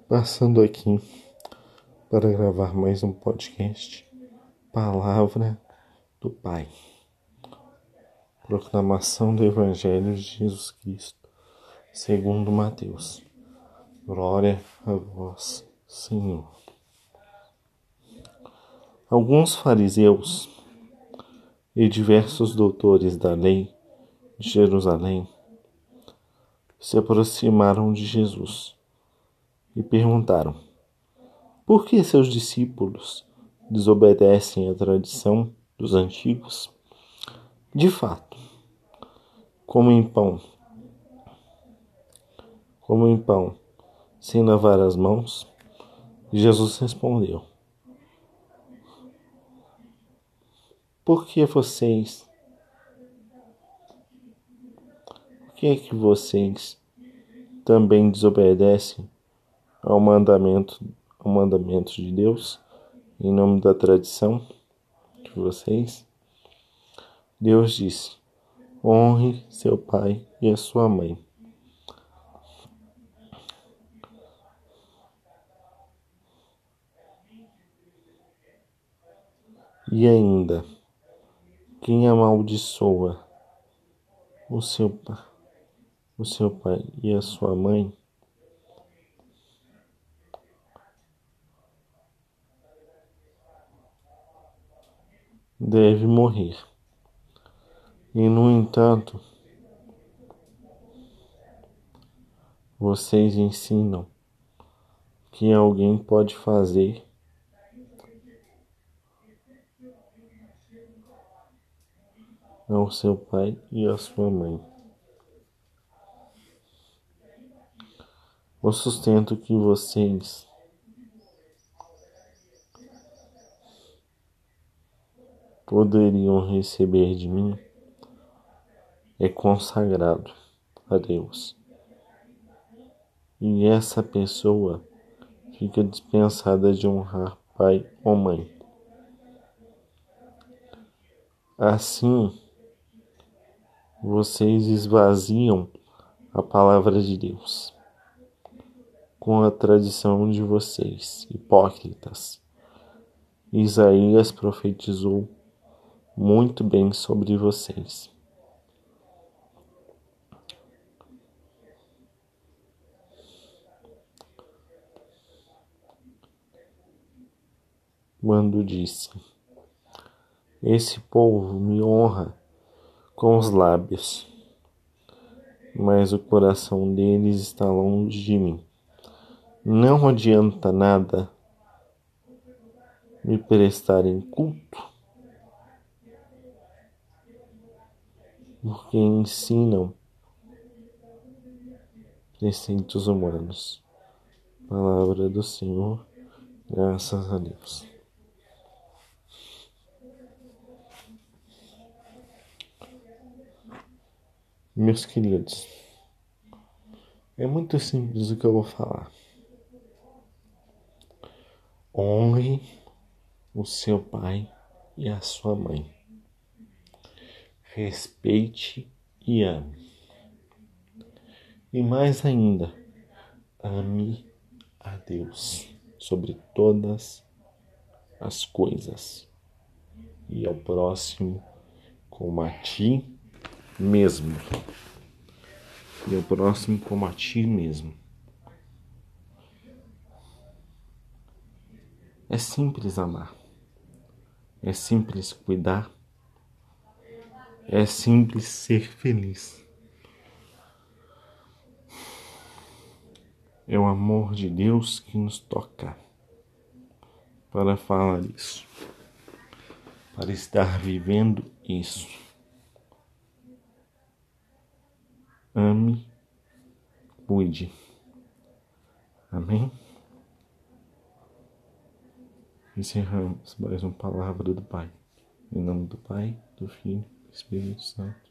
Passando aqui para gravar mais um podcast, Palavra do Pai, proclamação do Evangelho de Jesus Cristo, segundo Mateus. Glória a vós, Senhor. Alguns fariseus e diversos doutores da lei de Jerusalém se aproximaram de Jesus e perguntaram: por que seus discípulos desobedecem à tradição dos antigos? De fato, comem pão sem lavar as mãos? Jesus respondeu: Por que é que vocês também desobedecem ao mandamento de Deus em nome da tradição de vocês? Deus disse: honre seu pai e a sua mãe. E ainda, quem amaldiçoa o seu pai e a sua mãe deve morrer. E, no entanto, vocês ensinam que alguém pode fazer ao seu pai e à sua mãe o sustento que vocês poderiam receber de mim é consagrado a Deus. E essa pessoa fica dispensada de honrar pai ou mãe. Assim, vocês esvaziam a palavra de Deus com a tradição de vocês, hipócritas. Isaías profetizou muito bem sobre vocês. Quando disse: esse povo me honra com os lábios, mas o coração deles está longe de mim. Não adianta nada me prestarem culto, porque ensinam preceitos humanos. Palavra do Senhor, graças a Deus. Meus queridos, é muito simples o que eu vou falar. Honre o seu pai e a sua mãe. Respeite e ame. E mais ainda, ame a Deus sobre todas as coisas e ao próximo como a ti mesmo. É simples amar, é simples cuidar, é simples ser feliz. É o amor de Deus que nos toca para falar isso, para estar vivendo isso. Ame, cuide. Amém? Encerramos mais uma palavra do Pai. Em nome do Pai, do Filho e do Espírito Santo.